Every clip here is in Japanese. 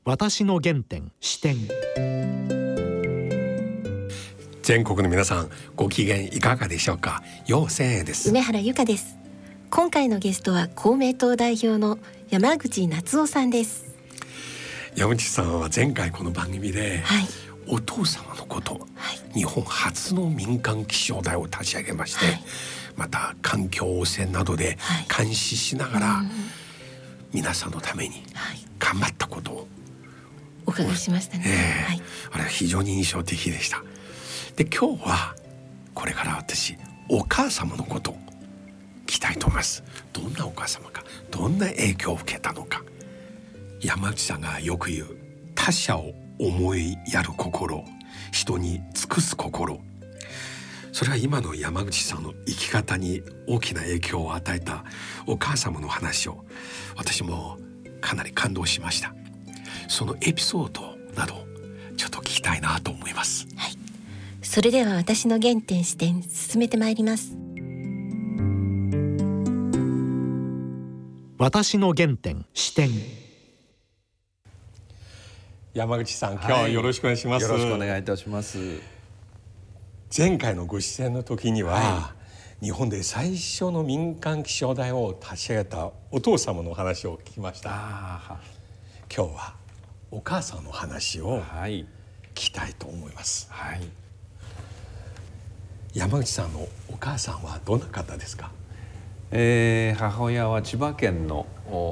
私の原点視点。 全国の皆さん、ご機嫌いかがでしょうか。陽千恵です。 梅原由香です。今回のゲストは公明党代表の山口夏夫さんです。 山口さんは前回この番組で、 はい、 お父様のこと、 はい、 日本初の民間気象台を立ち上げまして、 はい、 また環境汚染などで監視しながら、皆さんのために頑張ったことをお伺いしましたね。はい、 あれは非常に印象的でした。で、今日はこれから私お母様のことを聞きたいと思います。どんなお母様か、どんな影響を受けたのか。山口さんがよく言う他者を思いやる心、人に尽くす心、それは今の山口さんの生き方に大きな影響を与えたお母様の話を私もかなり感動しました。そのエピソードなどちょっと聞きたいなと思います。 はい、それでは私の原点視点進めてまいります。 私の原点視点。 山口さん、今日はよろしくお願いします。 よろしくお願いいたします。 前回のご出演の時には、日本で最初の民間気象台を立ち上げたお父様の話を聞きました。今日はお母さんの話を聞きたいと思います。 はい、 山口さんのお母さんはどんな方ですか。 母親は千葉県の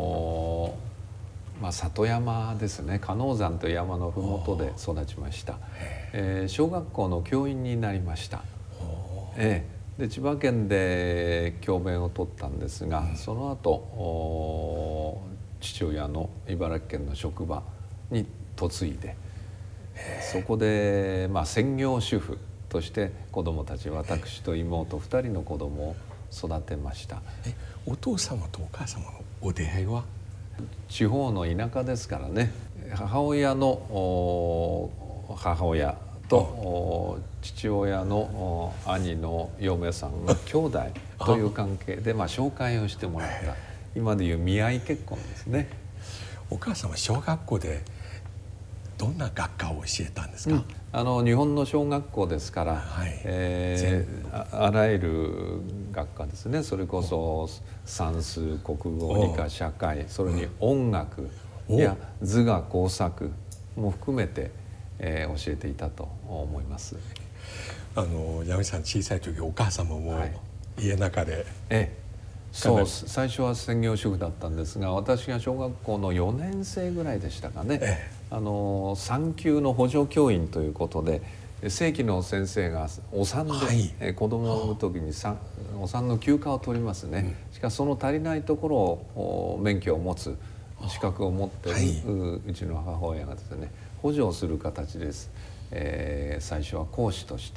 里山ですね、鹿野山という山のふもとで育ちました。小学校の教員になりました。で、千葉県で教鞭を取ったんですが、その後父親の茨城県の職場に嫁いで、そこで専業主婦として子どもたち、私と妹2人の子どもを育てました。 お父様とお母様のお出会いは地方の田舎ですからね。母親の母親と父親の兄の嫁さんが兄弟という関係で紹介をしてもらった、今でいう見合い結婚ですね。 お母さんは小学校でどんな学科を教えたんですか。 日本の小学校ですから、あらゆる学科ですね。それこそ算数、国語、理科、社会、それに音楽や図画工作も含めて、教えていたと思います。 山口さん、小さい時お母様も家の中で、 そう、最初は専業主婦だったんですが、私が小学校の4年生ぐらいでしたかね、産休の補助教員ということで、正規の先生がお産で、子供を産む時にお産の休暇を取りますね。しかしその足りないところを免許を持つ、資格を持っているうちの母親がですね、補助をする形です。最初は講師として、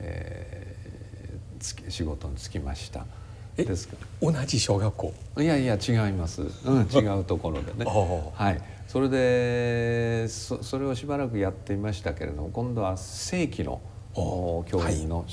仕事に就きました。ですか。 同じ小学校？ いやいや、違います。違うところでね。はい。それでそれをしばらくやっていましたけれども、今度は正規の教員の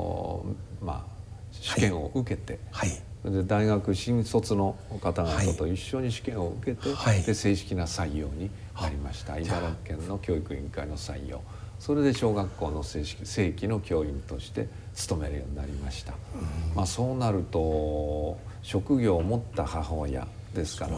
試験を受けて、で大学新卒の方々と一緒に試験を受けて、で正式な採用になりました。茨城県の教育委員会の採用、それで小学校の正規の教員として勤めるようになりました。そうなると職業を持った母親ですから、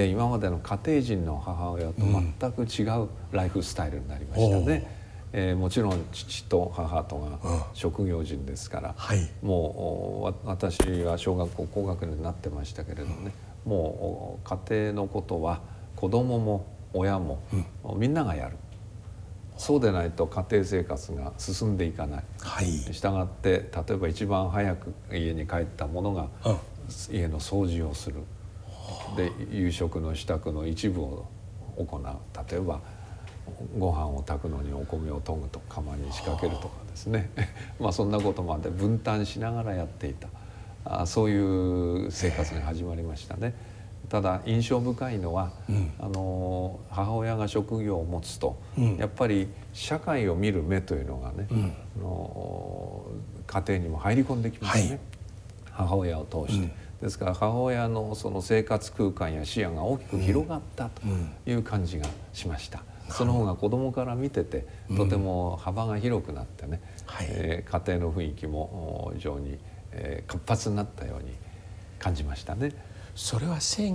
今までの家庭人の母親と全く違うライフスタイルになりましたね。もちろん父と母とが職業人ですから、もう私は小学校高学年になってましたけれどね、もう家庭のことは子供も親もみんながやる。そうでないと家庭生活が進んでいかない。したがって例えば一番早く家に帰った者が家の掃除をする。で夕食の支度の一部を行う。例えばご飯を炊くのにお米を研ぐと釜に仕掛けるとかですねそんなことまで分担しながらやっていた。そういう生活が始まりましたね。ただ印象深いのは、母親が職業を持つと、やっぱり社会を見る目というのがね、家庭にも入り込んできますね、母親を通して。 ですから母親のその生活空間や視野が大きく広がったという感じがしました。その方が子供から見ててとても幅が広くなってね、家庭の雰囲気も非常に活発になったように感じましたね。 それは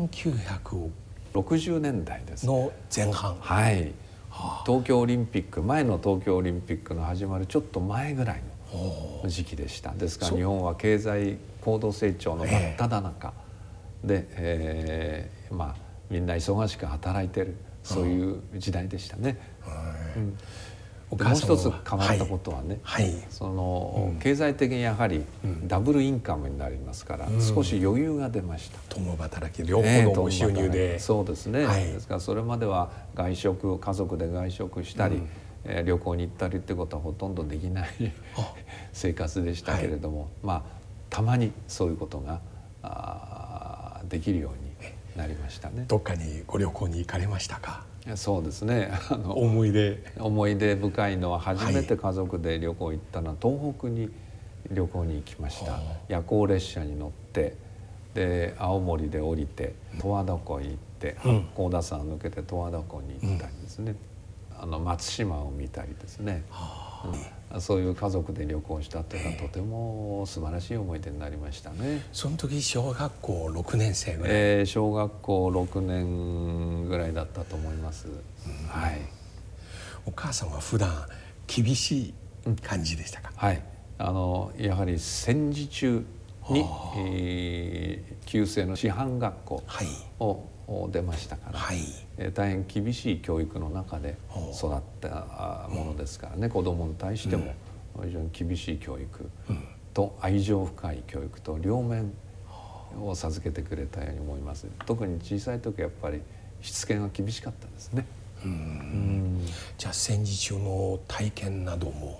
1960年代ですの前半。 はい、東京オリンピック前の東京オリンピックの始まるちょっと前ぐらいの時期でした。ですから日本は経済高度成長の真っ只中で、みんな忙しく働いてるそういう時代でしたね。もう一つ変わったことはね、その経済的にやはりダブルインカムになりますから、少し余裕が出ました。 共働き両方の収入で、 そうですね、ですからそれまでは家族で外食したり、旅行に行ったりってことはほとんどできない生活でしたけれども、たまにそういうことができるようになりましたね。 どっかにご旅行に行かれましたか？ そうですね、思い出深いのは初めて家族で旅行行ったのは東北に旅行に行きました。夜行列車に乗ってで青森で降りて十和田湖へ行って八甲田山を抜けて十和田湖に行ったりですね、松島を見たりですね、そういう家族で旅行したというのはとても素晴らしい思い出になりましたね。 その時小学校6年生ぐらい、 小学校6年ぐらいだったと思います。 お母さんは普段厳しい感じでしたか？ やはり戦時中に、旧制の師範学校を出ましたから、大変厳しい教育の中で育ったものですからね、子どもに対しても非常に厳しい教育と愛情深い教育と両面を授けてくれたように思います。特に小さい時やっぱりしつけが厳しかったですね。 じゃあ戦時中の体験なども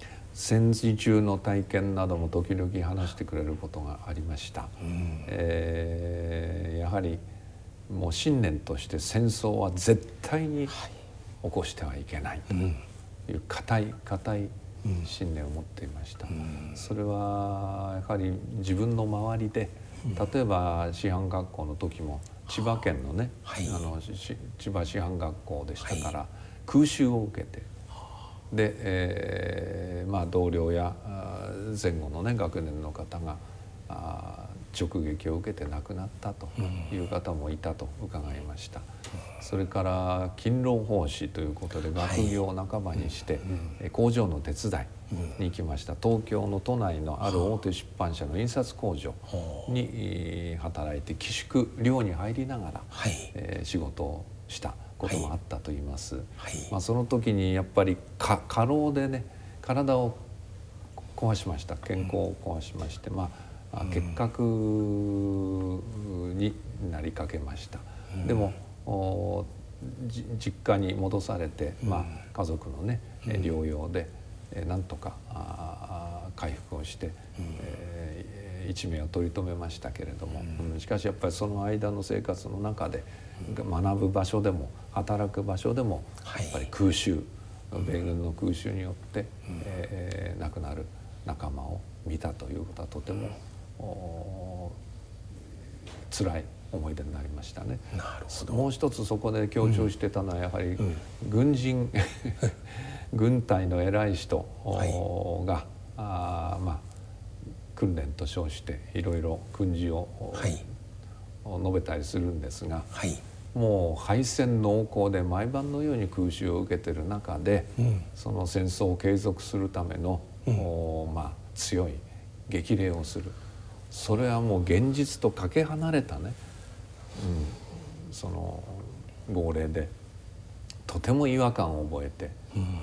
時々話してくれることがありました。やはりもう信念として戦争は絶対に起こしてはいけないという固い信念を持っていました。それはやはり自分の周りで、例えば師範学校の時も千葉県のね、千葉師範学校でしたから、空襲を受けてで、同僚や前後のね学年の方が直撃を受けて亡くなったという方もいたと伺いました。それから勤労奉仕ということで学業を半ばにして工場の手伝いに行きました。東京の都内のある大手出版社の印刷工場に働いて寄宿寮に入りながら仕事をしたこともあったと言います。その時にやっぱり過労でね体を壊しました。健康を壊しまして、結核になりかけました。でも実家に戻されて、家族のね療養でなんとか回復をして、一命を取り留めましたけれども、しかしやっぱりその間の生活の中で学ぶ場所でも働く場所でもやっぱり空襲、米軍の空襲によって、亡くなる仲間を見たということはとても辛い思い出になりましたね。もう一つそこで強調してたのはやはり軍人軍隊の偉い人が、訓練と称していろいろ訓示を述べたりするんですが、もう敗戦濃厚で毎晩のように空襲を受けてる中で、その戦争を継続するための、強い激励をする。それはもう現実とかけ離れたね、その号令でとても違和感を覚えて、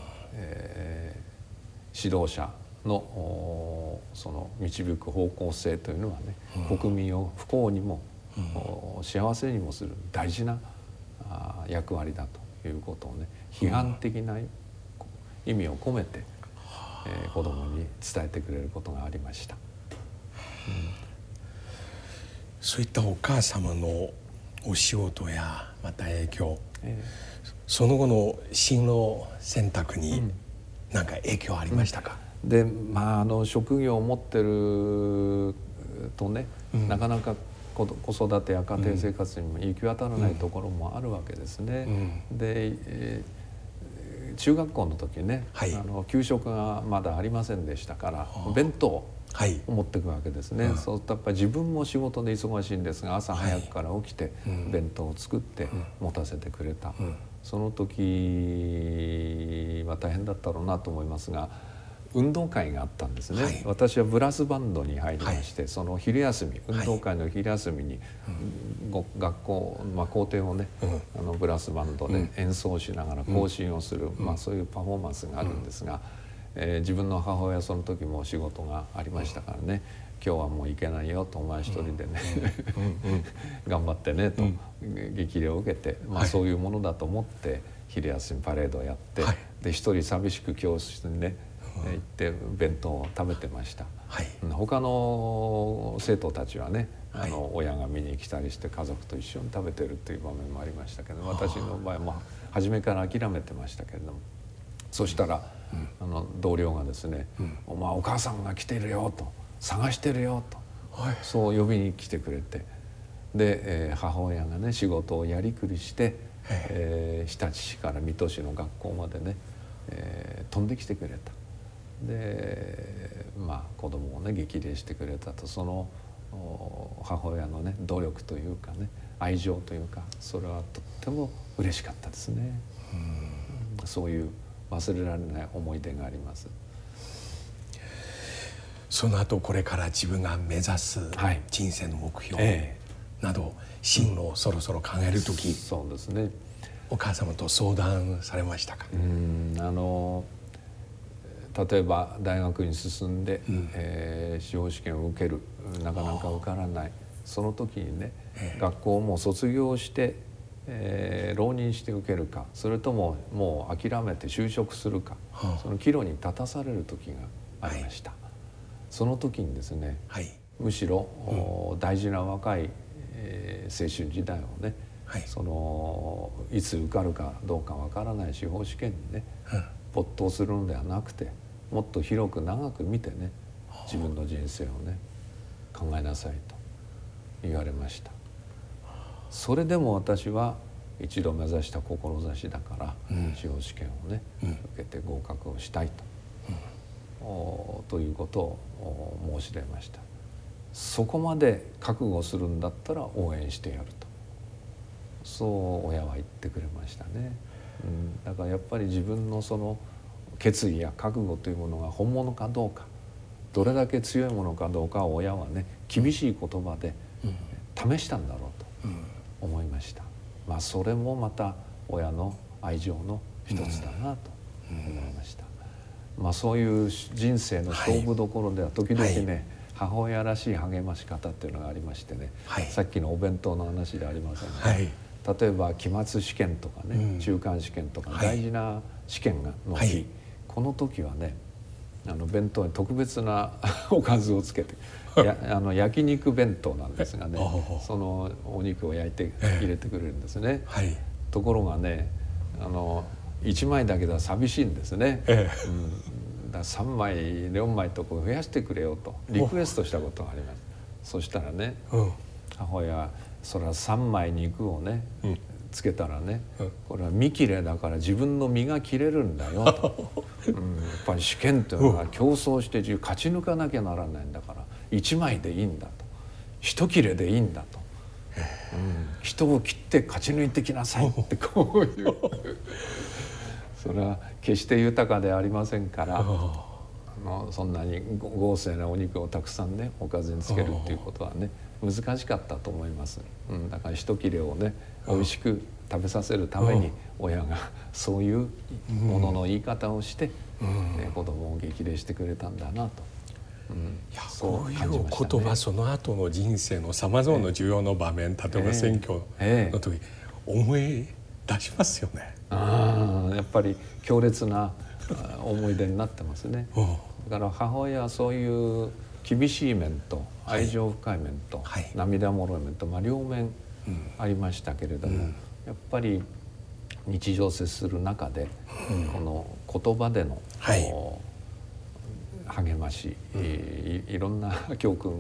指導者のその導く方向性というのはね、国民を不幸にも幸せにもする大事な役割だということをね、批判的な意味を込めて、子どもに伝えてくれることがありました。 そういったお母様のお仕事やまた影響、その後の進路選択に何か影響ありましたか？ で職業を持ってるとね、なかなか子育てや家庭生活にも行き渡らないところもあるわけですね。で、中学校の時ね、給食がまだありませんでしたから弁当を持っていくわけですね。そうするとやっぱり自分も仕事で忙しいんですが朝早くから起きて弁当を作って持たせてくれた。その時は大変だったろうなと思いますが、運動会があったんですね。私はブラスバンドに入りまして、その昼休み、運動会の昼休みに学校、校庭をね、ブラスバンドで演奏しながら行進をする、そういうパフォーマンスがあるんですが、自分の母親その時も仕事がありましたからね、今日はもう行けないよと、お前一人でね頑張ってねと激励を受けて、そういうものだと思って昼休みパレードをやって、で一人寂しく教室にね行って弁当を食べてました。他の生徒たちはね、親が見に来たりして家族と一緒に食べてるっていう場面もありましたけど、私の場合も初めから諦めてましたけれども、そしたら同僚がですね「お前お母さんが来てるよ」と「探してるよ」と、そう呼びに来てくれて、で母親がね仕事をやりくりして日立市から水戸市の学校までね飛んできてくれた。で子供をね激励してくれたと、その母親のね努力というかね愛情というか、それはとっても嬉しかったですね。そういう忘れられない思い出があります。 その後これから自分が目指す人生の目標など進路をそろそろ考える時、 そうですね、 お母様と相談されましたか？ 例えば大学に進んで、司法試験を受ける、なかなか受からない、その時にね、学校をもう卒業して、浪人して受けるか、それとももう諦めて就職するか、その岐路に立たされる時がありました。その時にですね、むしろ、大事な若い、青春時代をね、いつ受かるかどうかわからない司法試験にね、没頭するのではなくて、もっと広く長く見てね、自分の人生をね考えなさいと言われました。それでも私は一度目指した志だから、司法試験をね、受けて合格をしたいということを申し出ました。そこまで覚悟するんだったら応援してやると、そう親は言ってくれましたね。だからやっぱり自分のその決意や覚悟というものが本物かどうか、どれだけ強いものかどうかを親はね厳しい言葉で試したんだろうと思いました。それもまた親の愛情の一つだなと思いました。そういう人生の勝負どころでは時々ね、母親らしい励まし方っていうのがありましてね、さっきのお弁当の話ではありませんが、例えば期末試験とかね、中間試験とか大事な試験の日、この時はね弁当に特別なおかずをつけて焼肉弁当なんですがね、そのお肉を焼いて入れてくれるんですね。ところがね1枚だけでは寂しいんですね。だから3枚4枚と増やしてくれよとリクエストしたことがあります。そしたらね、母親はそれは3枚肉をね、つけたらね、これは身切れだから自分の身が切れるんだよと、やっぱり試験っていうのは競争して勝ち抜かなきゃならないんだから1枚でいいんだと、一切れでいいんだと、人を切って勝ち抜いてきなさいってこういうそれは決して豊かではありませんから、そんなに豪勢なお肉をたくさんねおかずにつけるっていうことはね難しかったと思います。だから一切れをね美味しく食べさせるために親がそういうものの言い方をして、子供を激励してくれたんだなと、 こういう言葉、その後の人生のさまざまな重要な場面、例えば選挙の時、思い出しますよね。 やっぱり強烈な思い出になってますね。だから母親はそういう厳しい面と愛情深い面と、涙もろい面と、両面ありましたけれども、やっぱり日常接する中で、この言葉での、励まし、いろんな教訓が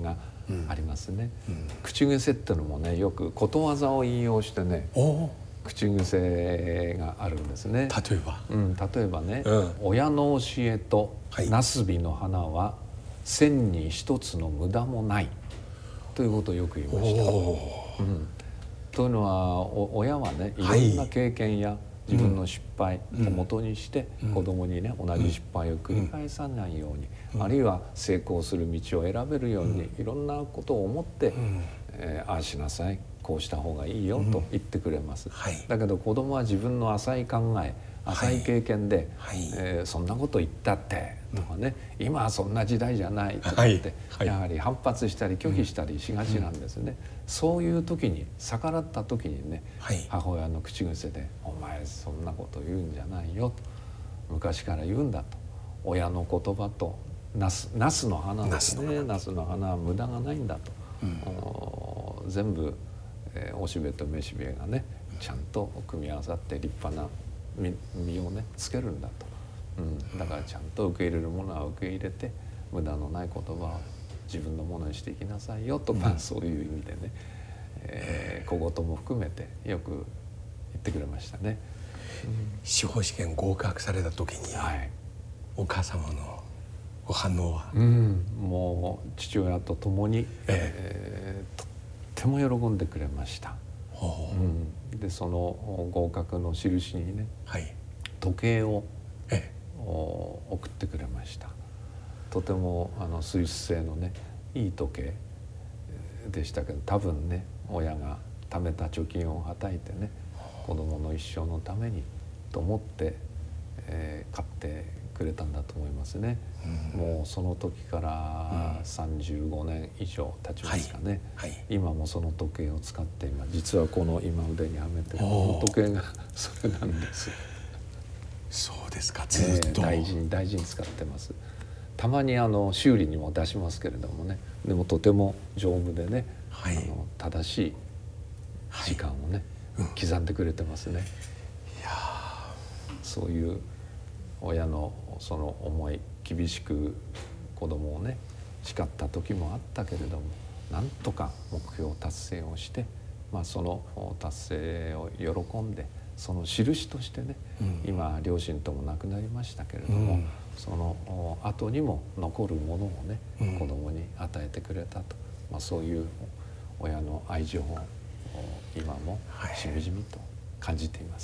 ありますね。口癖ってのもね、よくことわざを引用してね、口癖があるんですね。 例えば、 例えばね、親の教えとなすびの花は千に一つの無駄もないということをよく言いました。というのは親はね、いろんな経験や自分の失敗をもとにして子供にね、同じ失敗を繰り返さないように、あるいは成功する道を選べるように、いろんなことを思って、ああしなさい、こうした方がいいよと言ってくれます。だけど子供は自分の浅い考え、浅い経験で、そんなこと言ったってとかね、今はそんな時代じゃないとかって、やはり反発したり拒否したりしがちなんですね。そういう時に、逆らった時にね、母親の口癖で「お前そんなこと言うんじゃないよ」と、昔から言うんだと、親の言葉とナスの花ですね、ナスの花は無駄がないんだと、全部、おしべとめしべがねちゃんと組み合わさって立派な実をねつけるんだと、だからちゃんと受け入れるものは受け入れて、無駄のない言葉を自分のものにしていきなさいよとか、そういう意味でね、小言も含めてよく言ってくれましたね。 司法試験合格された時に、お母様のご反応は？ もう父親と共に、とっても喜んでくれました。でその合格の印にね、時計を送ってくれました。とてもスイス製のねいい時計でしたけど、多分ね親が貯めた貯金をはたいてね、子供の一生のためにと思って、買ってくれたんだと思いますね。もうその時から35年以上経ちますかね。今もその時計を使って実はこの今腕にはめてるこの時計がそれなんです。 そうですか。ずっと、 大事に使ってます。たまに修理にも出しますけれどもね、でもとても丈夫でね、正しい時間をね、刻んでくれてますね。 いや、 そういう親のその思い、厳しく子供をね叱った時もあったけれども、なんとか目標達成をして、その達成を喜んで、その印としてね、今両親とも亡くなりましたけれども、その後にも残るものをね、子供に与えてくれたと、そういう親の愛情を今もしみじみと感じています。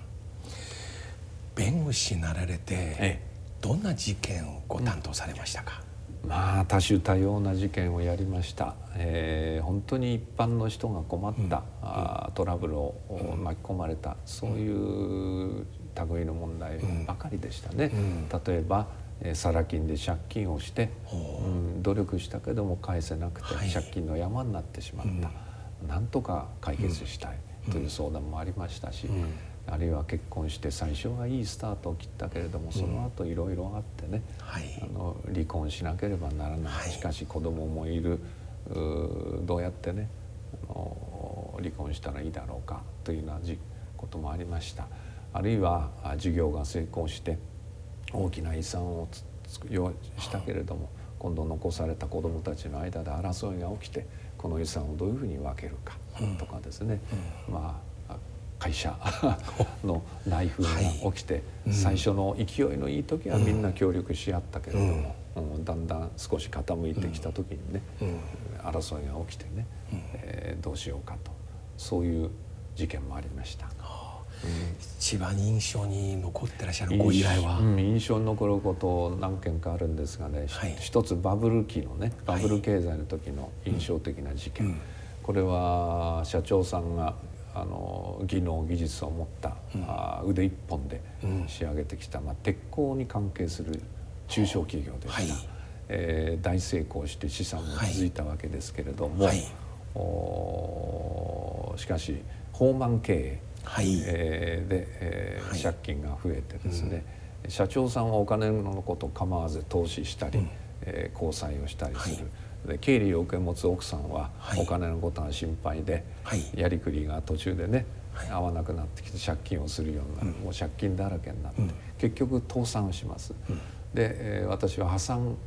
弁護士になられて、どんな事件をご担当されましたか？ 多種多様な事件をやりました。本当に一般の人が困った、トラブルを巻き込まれた、そういう類の問題ばかりでしたね。例えばサラ金で借金をして、努力したけども返せなくて、借金の山になってしまった、なんとか解決したいという相談もありましたし、あるいは結婚して最初はいいスタートを切ったけれども、その後いろいろあってね、離婚しなければならない、しかし子供もいる、どうやってね離婚したらいいだろうかというようなこともありました。あるいは事業が成功して大きな遺産をしたけれども、今度残された子どもたちの間で争いが起きて、この遺産をどういうふうに分けるかとかですね、会社の内紛が起きて、最初の勢いのいい時はみんな協力し合ったけれども、だんだん少し傾いてきた時にね、争いが起きてね、どうしようかと、そういう事件もありました。 一番印象に残ってらっしゃるご依頼は？ 印象に残ること何件かあるんですがね、一つバブル期のね、バブル経済の時の印象的な事件、これは社長さんが技能技術を持った腕一本で仕上げてきた、鉄鋼に関係する中小企業でした。大成功して資産も築いたわけですけれども、しかし放漫経営で借金が増えてですね、社長さんはお金のことを構わず投資したり、交際をしたりする。で経理を受け持つ奥さんはお金のことが心配で、やりくりが途中でね合わなくなってきて借金をするようになる、もう借金だらけになって、結局倒産をします。で、私は破産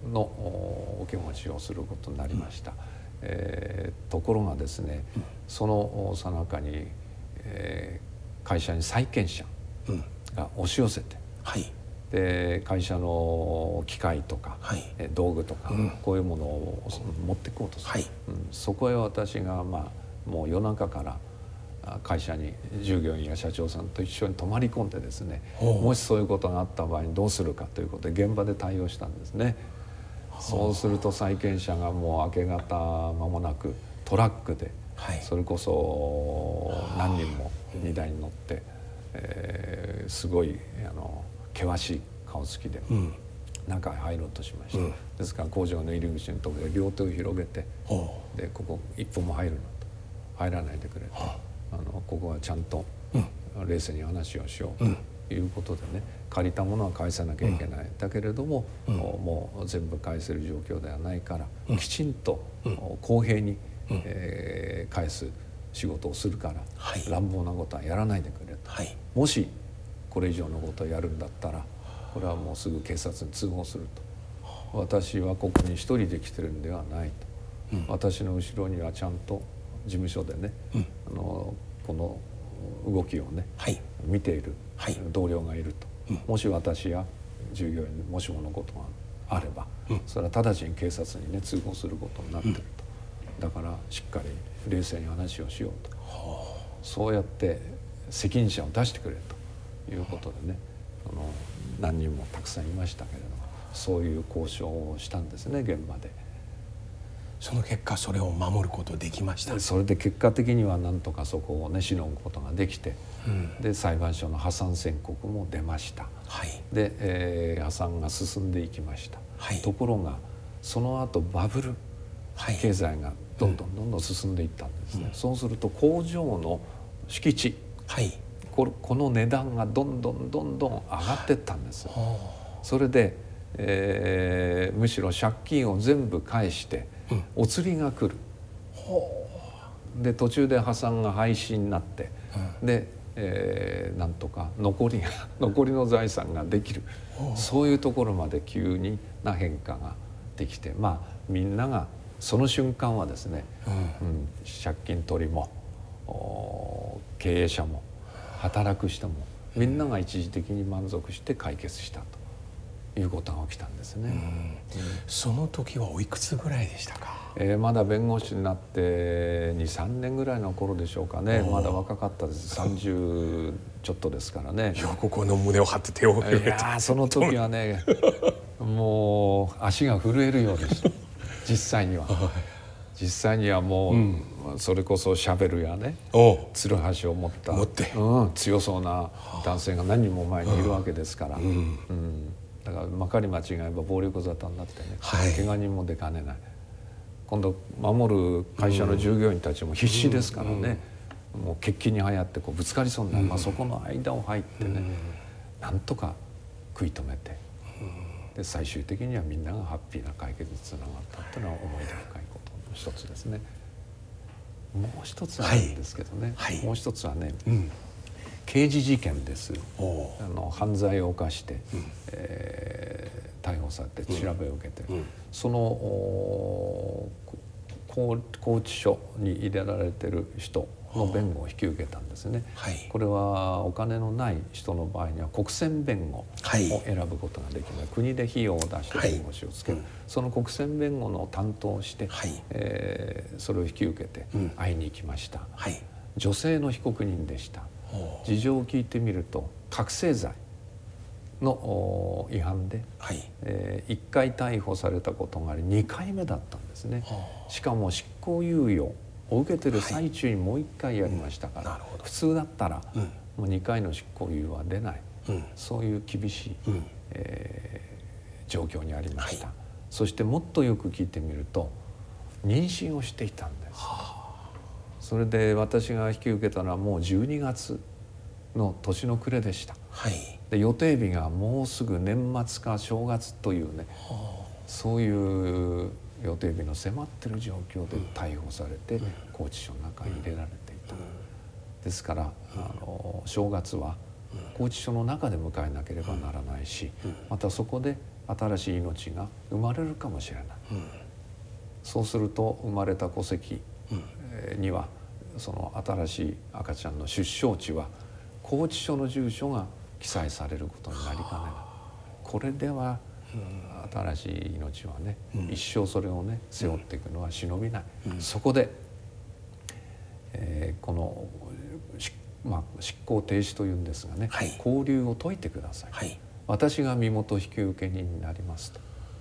の受け持ちをすることになりました。ところがですね、その最中に、会社に債権者が押し寄せて、で会社の機械とか、道具とか、こういうものを持っていこうとする、そこへ私がもう夜中から会社に従業員や社長さんと一緒に泊まり込んでですね、もしそういうことがあった場合にどうするかということで現場で対応したんですね。そうすると債権者がもう明け方間もなくトラックで、それこそ何人も荷台に乗って、すごい険しい顔つきで中へ入ろうとしました。ですから工場の入り口のところで両手を広げて、でここ一歩も入るなと、入らないでくれと、ここはちゃんと冷静に話をしようということでね、借りたものは返さなきゃいけない、だけれども、もう全部返せる状況ではないから、きちんと公平に、返す仕事をするから、乱暴なことはやらないでくれと、もしこれ以上のことをやるんだったらこれはもうすぐ警察に通報すると、私はここに一人で来てるんではないと、私の後ろにはちゃんと事務所でね、この動きをね、見ている同僚がいると、もし私や従業員にもしものことがあれば、それは直ちに警察にね通報することになってると、だからしっかり冷静に話をしようと、そうやって責任者を出してくれということでね、何人もたくさんいましたけれども、そういう交渉をしたんですね、現場で。 その結果それを守ることできました。 それで結果的にはなんとかそこをねしのぐことができて、で裁判所の破産宣告も出ました。で、破産が進んでいきました。ところがその後バブル経済がどんどん進んでいったんですね。そうすると工場の敷地、この値段がどんどん上がっていったんです。それで、むしろ借金を全部返してお釣りが来る、で途中で破産が廃止になって、で、なんとか残りの財産ができる、そういうところまで急な変化ができて、みんながその瞬間はですね、借金取りも経営者も働く人もみんなが一時的に満足して解決したということが起きたんですね。 その時はおいくつぐらいでしたか？ まだ弁護士になって2、3年ぐらいの頃でしょうかね。まだ若かったです。30ちょっとですからね。 よくこの胸を張って手を振れて。 その時はねもう足が震えるようでした。実際にはもう、それこそシャベルやねツルハシを持った強そうな男性が何人も前にいるわけですから、だからまかり間違えば暴力沙汰になってね、怪我人も出かねない。今度守る会社の従業員たちも必死ですからね、もう血気に流行ってこうぶつかりそうになる、そこの間を入ってね、なんとか食い止めて、で最終的にはみんながハッピーな解決につながったっていうのは思い出深いことの一つですね。もう一つあるんですけどね、もう一つはね、刑事事件です。犯罪を犯して、逮捕されて調べを受けて、その拘置所に入れられてる人の弁護を引き受けたんですね。これはお金のない人の場合には国選弁護を選ぶことができない、国で費用を出して弁護士をつける、その国選弁護の担当をして、それを引き受けて会いに行きました。女性の被告人でした。事情を聞いてみると覚醒剤の違反で、1回逮捕されたことがあり2回目だったんですね。しかも執行猶予を受けてる最中にもう1回やりましたから、普通だったらもう2回の執行猶予は出ない、そういう厳しい、状況にありました。そしてもっとよく聞いてみると妊娠をしていたんです。それで私が引き受けたのはもう12月の年の暮れでした。で予定日がもうすぐ年末か正月というね、そういう予定日の迫ってる状況で逮捕されて拘置所の中に入れられていた。ですから正月は拘置所の中で迎えなければならないし、またそこで新しい命が生まれるかもしれない。そうすると生まれた戸籍にはその新しい赤ちゃんの出生地は拘置所の住所が記載されることになりかねない。これでは新しい命はね、一生それをね背負っていくのは忍びない。そこで、この執行停止というんですがね、拘留を解いてください、私が身元引受人になりますと。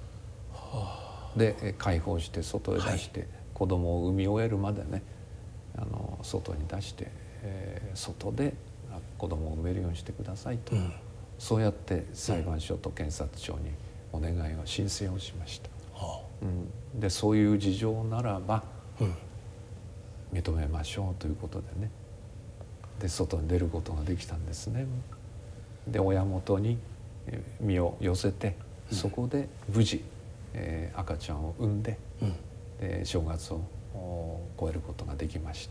で解放して外へ出して、子供を産み終えるまでね外に出して、外で子供を産めるようにしてくださいと、そうやって裁判所と検察庁にお願いを申請をしました。でそういう事情ならば認めましょうということでね、で外に出ることができたんですね。で親元に身を寄せて、そこで無事、赤ちゃんを産んで、で正月を超えることができました。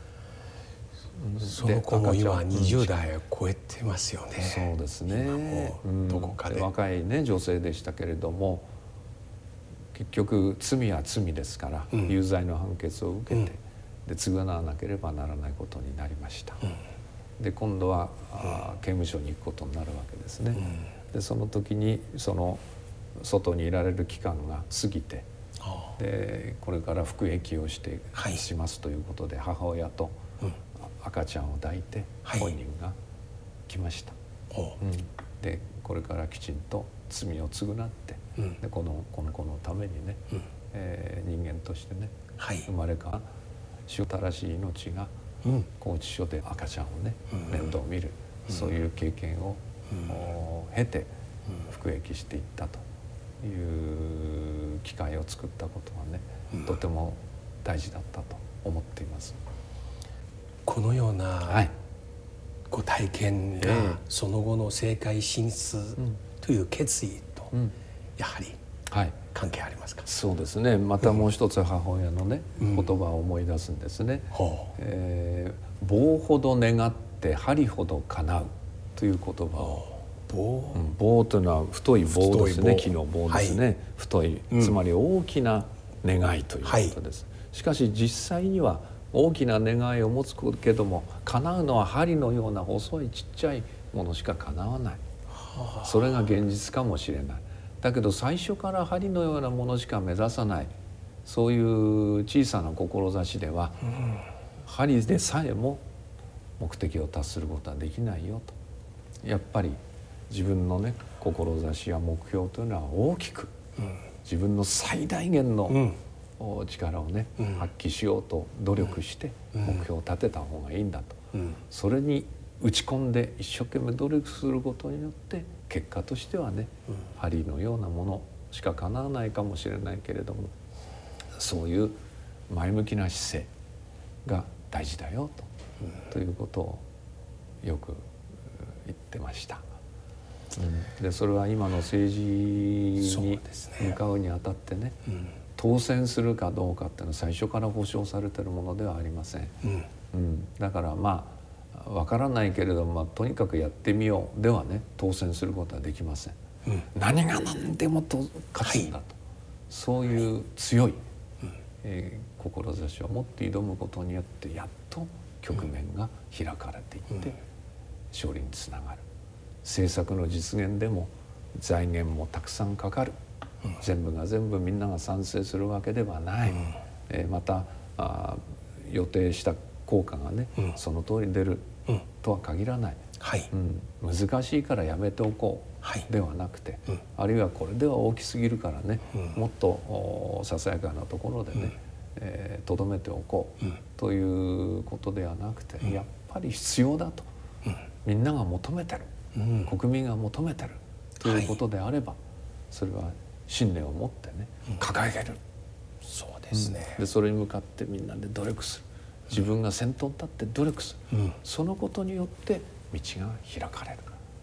その子も今20代を超えてますよね。 そうですね。 どこかで若いね女性でしたけれども、結局罪は罪ですから、有罪の判決を受けて、で償わなければならないことになりました。で今度は、刑務所に行くことになるわけですね。でその時にその外にいられる期間が過ぎて、でこれから服役をしますということで、母親と赤ちゃんを抱いて本人が来ました。でこれからきちんと罪を償って、でこの子のためにね、人間としてね、生まれ変わる新しい命が拘置所で赤ちゃんをね面倒を見る、そういう経験を経て服役していったという機会を作ったことはね、とても大事だったと思っています。 このようなご体験がその後の政界進出という決意とやはり関係ありますか？ そうですね。またもう一つ母親のね、言葉を思い出すんですね。棒ほど願って針ほど叶うという言葉を。棒というのは太い棒ですね。木の棒ですね。太い、つまり大きな願いということです。しかし実際には大きな願いを持つけども、叶うのは針のような細いちっちゃいものしか叶わない。それが現実かもしれない。だけど最初から針のようなものしか目指さない、そういう小さな志では、針でさえも目的を達することはできないよと。やっぱり自分のね志や目標というのは大きく、自分の最大限の力をね、発揮しようと努力して目標を立てた方がいいんだと、それに打ち込んで一生懸命努力することによって、結果としてはね、針のようなものしか叶わないかもしれないけれども、そういう前向きな姿勢が大事だよということをよく言ってました。でそれは今の政治に向かうにあたってね、当選するかどうかっていうのは最初から保証されているものではありません。だからわからないけれども、とにかくやってみようではね当選することはできません。何が何でも勝つんだと、そういう強い、志を持って挑むことによって、やっと局面が開かれていって勝利につながる。政策の実現でも財源もたくさんかかる。全部が全部みんなが賛成するわけではない。また予定した効果がね、その通り出るとは限らない。難しいからやめておこうではなくて、あるいはこれでは大きすぎるからね、もっとささやかなところでねとどめておこうということではなくて、やっぱり必要だと、みんなが求めてる、国民が求めてるということであれば、それは信念を持ってね掲げる。 そうですね。 でそれに向かってみんなで努力する。自分が先頭に立って努力する、そのことによって道が開かれる。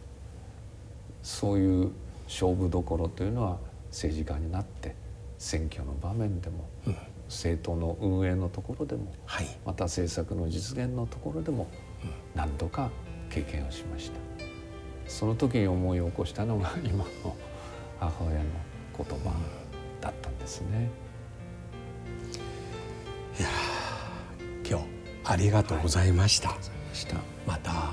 そういう勝負どころというのは、政治家になって選挙の場面でも、政党の運営のところでも、また政策の実現のところでも何度か経験をしました。 その時に思い起こしたのが今の母親の言葉だったんですね。 いや今日ありがとうございました。また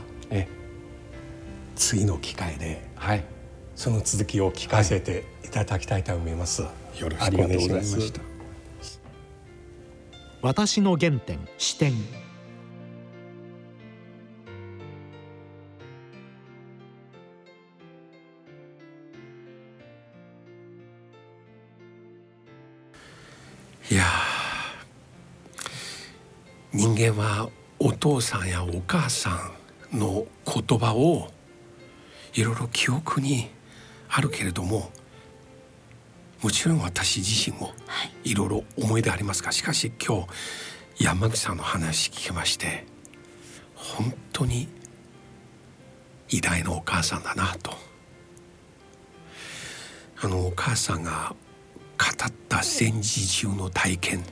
次の機会で、その続きを聞かせていただきたいと思います。よろしくお願いします。 私の原点視点。 いや人間はお父さんやお母さんの言葉をいろいろ記憶にあるけれども、もちろん私自身もいろいろ思い出ありますが、しかし今日山口さんの話聞きまして、本当に偉大なお母さんだなと。お母さんが語った戦時中の体験、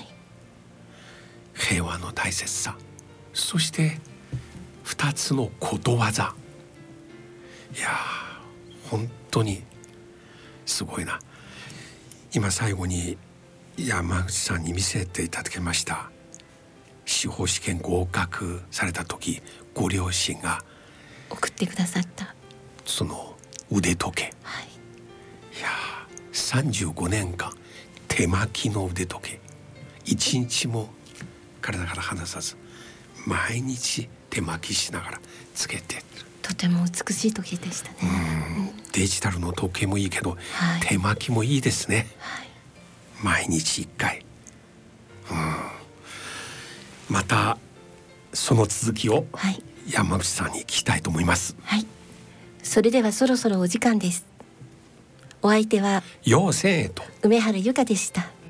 平和の大切さ、そして2つのことわざ。いや本当にすごいな。今最後に山口さんに見せていただきました司法試験合格された時、ご両親が送ってくださったその腕時計、いや35年間手巻きの腕時計、一日も体から離さず毎日手巻きしながらつけて、 とても美しい時計でしたね。 デジタルの時計もいいけど、手巻きもいいですね。毎日1回、またその続きを山口さんに聞きたいと思います。 それではそろそろお時間です。お相手は陽線へと梅原由香でした。